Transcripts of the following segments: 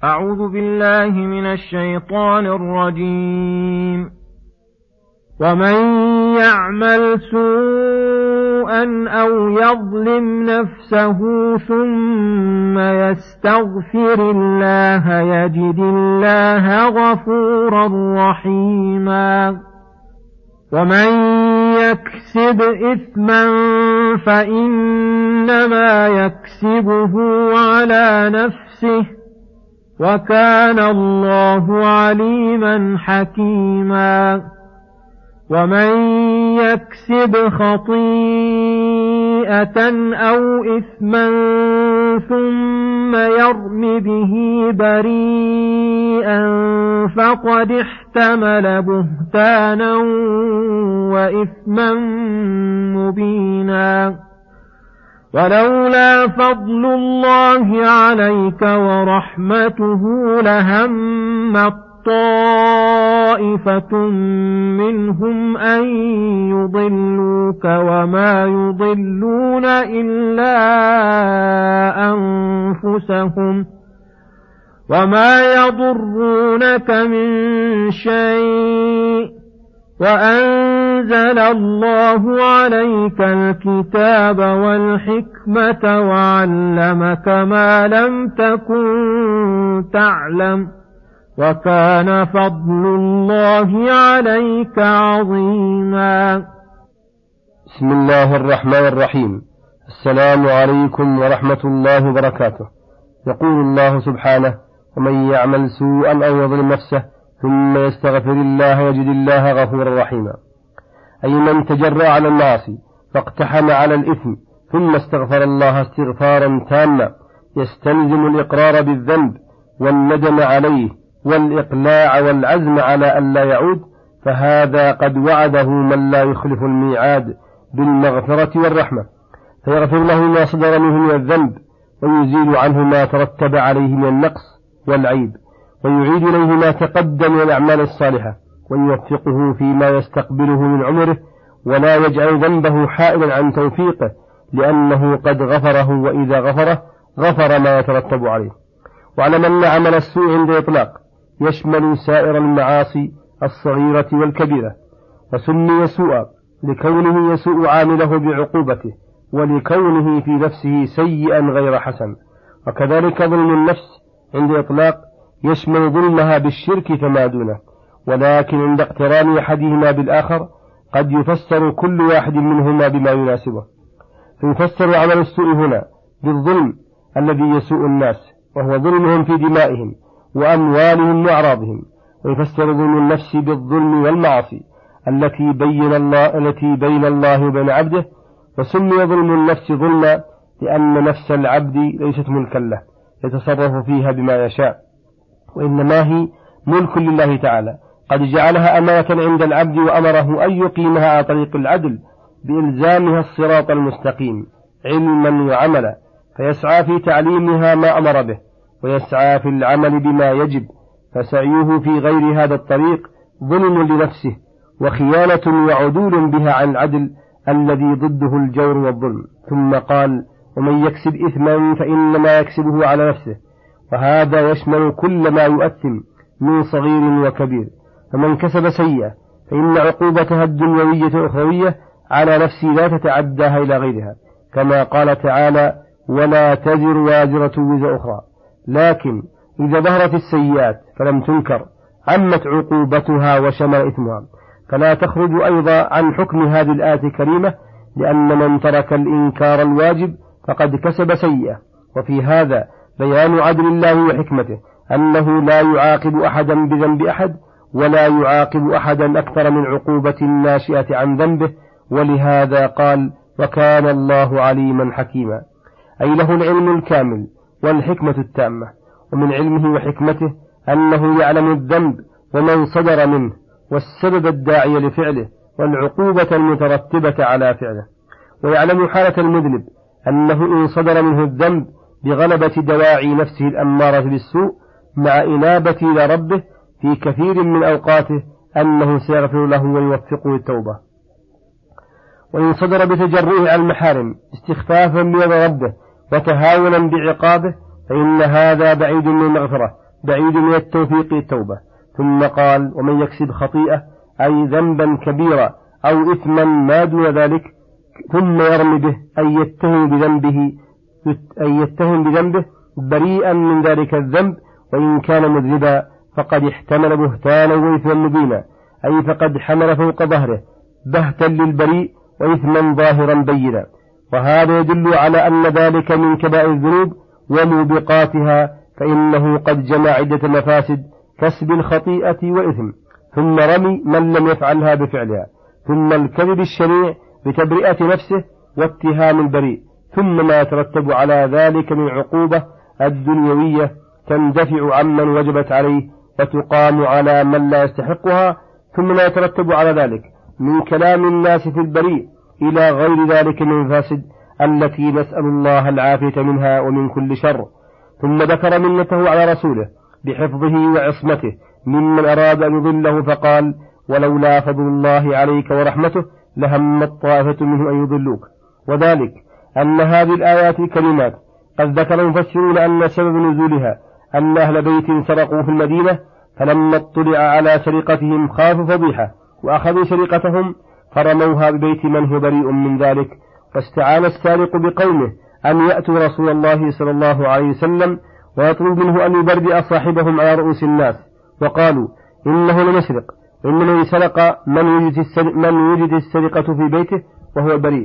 أعوذ بالله من الشيطان الرجيم. ومن يعمل سوءا أو يظلم نفسه ثم يستغفر الله يجد الله غفورا رحيما. ومن يكسب إثما فإنما يكسبه على نفسه وكان الله عليما حكيما. ومن يكسب خطيئة أو إثما ثم يرم به بريئا فقد احتمل بهتانا وإثما مبينا. ولولا فضل الله عليك ورحمته لهمت طائفة منهم أن يضلوك وما يضلون إلا أنفسهم وما يضرونك من شيء وأنزل الله عليك الكتاب والحكمة وعلمك ما لم تكن تعلم وكان فضل الله عليك عظيما. بسم الله الرحمن الرحيم. السلام عليكم ورحمة الله وبركاته. يقول الله سبحانه: ومن يعمل سوءا أو يظلم نفسه ثم يستغفر الله يجد الله غفورا رحيما. أي من تجرأ على المعاصي فاقتحم على الإثم ثم استغفر الله استغفارا تاما يستلزم الإقرار بالذنب والندم عليه والإقلاع والعزم على أن لا يعود، فهذا قد وعده من لا يخلف الميعاد بالمغفرة والرحمة، فيغفر له ما صدر منه من الذنب ويزيل عنه ما ترتب عليه من النقص والعيب، ويعيد إليه ما تقدم من الأعمال الصالحة، ويوفقه فيما يستقبله من عمره، ولا يجعل ذنبه حائلا عن توفيقه، لأنه قد غفره، وإذا غفره غفر ما يترتب عليه. واعلم أن عمل السوء عند إطلاق يشمل سائر المعاصي الصغيرة والكبيرة، وسمي سوءا لكونه يسوء عامله بعقوبته، ولكونه في نفسه سيئا غير حسن. وكذلك ظلم النفس عند إطلاق يشمل ظلمها بالشرك فما دونه، ولكن عند اقتران أحدهما بالآخر قد يفسر كل واحد منهما بما يناسبه. فيفسر عمل السوء هنا بالظلم الذي يسوء الناس، وهو ظلمهم في دمائهم وأموالهم وأعراضهم، ويفسر ظلم النفس بالظلم والمعاصي التي بين الله وبين عبده. وسمي ظلم النفس ظلما لأن نفس العبد ليست ملكا له يتصرف فيها بما يشاء، وإنما هي ملك لله تعالى قد جعلها أمانة عند العبد، وأمره أن يقيمها على طريق العدل بإلزامها الصراط المستقيم علما وعملا، فيسعى في تعليمها ما أمر به، ويسعى في العمل بما يجب، فسعيه في غير هذا الطريق ظلم لنفسه وخيانة وعدول بها عن العدل الذي ضده الجور والظلم. ثم قال: ومن يكسب إثما فإنما يكسبه على نفسه، وهذا يشمل كل ما يؤثم من صغير وكبير. فمن كسب سيئة فإن عقوبتها الدنيوية الأخروية على نفسه لا تتعداها إلى غيرها، كما قال تعالى: ولا تزر وازرة وزر أخرى. لكن إذا ظهرت السيئات فلم تنكر عمت عقوبتها وشمل إثمها، فلا تخرج أيضا عن حكم هذه الآية الكريمة، لأن من ترك الإنكار الواجب فقد كسب سيئة. وفي هذا بيان عدل الله وحكمته، أنه لا يعاقب أحدا بذنب أحد، ولا يعاقب أحدا أكثر من عقوبة ناشئة عن ذنبه. ولهذا قال: وكان الله عليما حكيما، أي له العلم الكامل والحكمة التامة. ومن علمه وحكمته أنه يعلم الذنب ومن صدر منه والسبب الداعي لفعله والعقوبة المترتبة على فعله، ويعلم حالة المذنب أنه إن صدر منه الذنب بغلبة دواعي نفسه الأمارة بالسوء مع إنابة إلى ربه في كثير من أوقاته أنه سيغفر له ويوفقه التوبة. وإن صدر بتجرؤه على المحارم استخفافا بيد ربه وتهاونا بعقابه فإن هذا بعيد من المغفرة، بعيد من التوفيق التوبة. ثم قال: ومن يكسب خطيئة أي ذنبا كبيرا أو إثما ما دون ذلك ثم يرمي به أي يتهم بذنبه بريئا من ذلك الذنب وإن كان مذنبا فقد احتمل بهتانا وإثما مبينا، أي فقد حمل فوق ظهره بهتا للبريء وإثما ظاهرا بينا. وهذا يدل على أن ذلك من كبائر الذنوب وموبقاتها، فإنه قد جمع عدة مفاسد: كسب الخطيئة وإثم، ثم رمي من لم يفعلها بفعلها، ثم الكذب الشنيع بتبرئة نفسه واتهام البريء، ثم ما يترتب على ذلك من عقوبة الدنيوية تندفع عمن وجبت عليه وتقام على من لا يستحقها، ثم ما يترتب على ذلك من كلام الناس في البريء إلى غير ذلك من المفاسد التي نسأل الله العافية منها ومن كل شر. ثم ذكر منته على رسوله بحفظه وعصمته ممن أراد أن يضله، فقال: ولولا فضل الله عليك ورحمته لهمت طائفة منهم أن يضلوك. وذلك أن هذه الآيات كلمات قد ذكر المفسرون أن سبب نزولها أن أهل بيت سرقوا في المدينة، فلما اطلع على سرقتهم خافوا فضيحة وأخذوا سرقتهم فرموها ببيت من هو بريء من ذلك، فاستعان السارق بقومه أن يأتوا رسول الله صلى الله عليه وسلم ويطلب منه أن يبرئ صاحبهم على رؤوس الناس، وقالوا: إنه لمسرق، إنه سرق من وجد السرقة في بيته وهو بريء.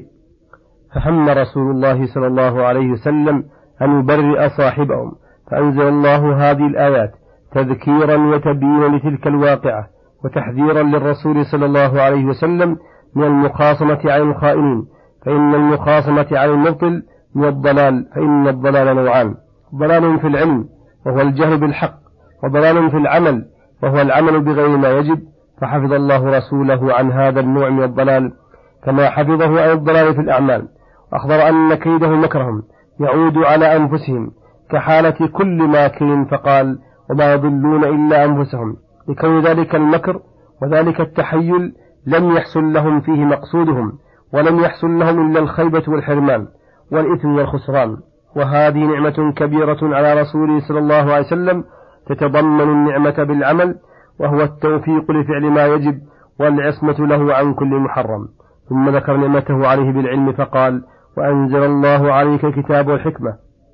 فهم رسول الله صلى الله عليه وسلم أن يبرئ صاحبهم، فأنزل الله هذه الآيات تذكيرا وتبيينا لتلك الواقعة وتحذيرا للرسول صلى الله عليه وسلم من المخاصمة على الخائنين، فإن المخاصمة على المبطل من الضلال، فإن الضلال نوعان: ضلال في العلم وهو الجهل بالحق، وضلال في العمل وهو العمل بغير ما يجب، فحفظ الله رسوله عن هذا النوع من الضلال كما حفظه عن الضلال في الأعمال، وأخبر أن كيده مكرهم يعود على أنفسهم كحالة كل ماكر، فقال: وما يضلون إلا أنفسهم، لكون ذلك المكر وذلك التحيل لم يحصل لهم فيه مقصودهم، ولم يحصل لهم إلا الخيبة والحرمان والإثم والخسران. وهذه نعمة كبيرة على رسوله صلى الله عليه وسلم تتضمن النعمة بالعمل، وهو التوفيق لفعل ما يجب والعصمة له عن كل محرم. ثم ذكر نعمته عليه بالعلم فقال: وأنزل الله عليك الكتاب والحكمة،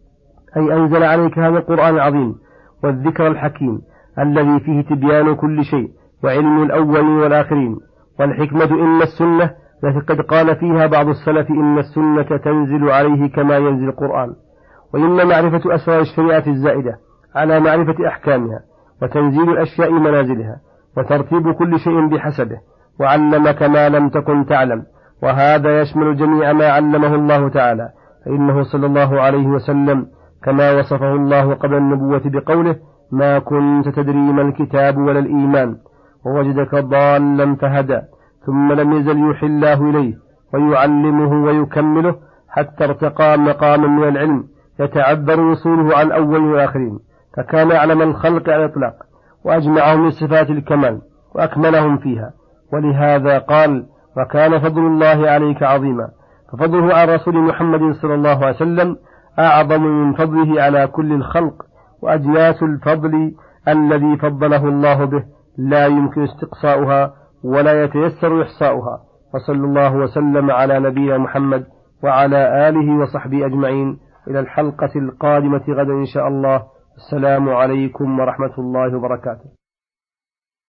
أي أنزل عليك هذا القرآن العظيم والذكر الحكيم الذي فيه تبيان كل شيء وعلم الأولين والآخرين. والحكمة إن السنة التي قد قال فيها بعض السلف إن السنة تنزل عليه كما ينزل القرآن، وإن معرفة أسرار الشريعة الزائدة على معرفة أحكامها، وتنزيل الأشياء منازلها، وترتيب كل شيء بحسبه، وعلمك ما لم تكن تعلم، وهذا يشمل جميع ما علمه الله تعالى، فإنه صلى الله عليه وسلم كما وصفه الله قبل النبوة بقوله: ما كنت تدري ما الكتاب ولا الإيمان ووجدك ضالا فهدى، ثم لم يزل يوحي الله إليه ويعلمه ويكمله حتى ارتقى مقاما من العلم يتعذر وصوله عن أول وآخرين، فكان أعلم الخلق على الإطلاق وأجمعهم من صفات الكمال وأكملهم فيها. ولهذا قال: وكان فضل الله عليك عظيما. ففضله على رسول محمد صلى الله عليه وسلم أعظم من فضله على كل الخلق، وأجناس الفضل الذي فضله الله به لا يمكن استقصاؤها ولا يتيسر إحصاؤها. وصلى الله وسلم على نبينا محمد وعلى آله وصحبه أجمعين. إلى الحلقة القادمة غدا إن شاء الله. السلام عليكم ورحمة الله وبركاته.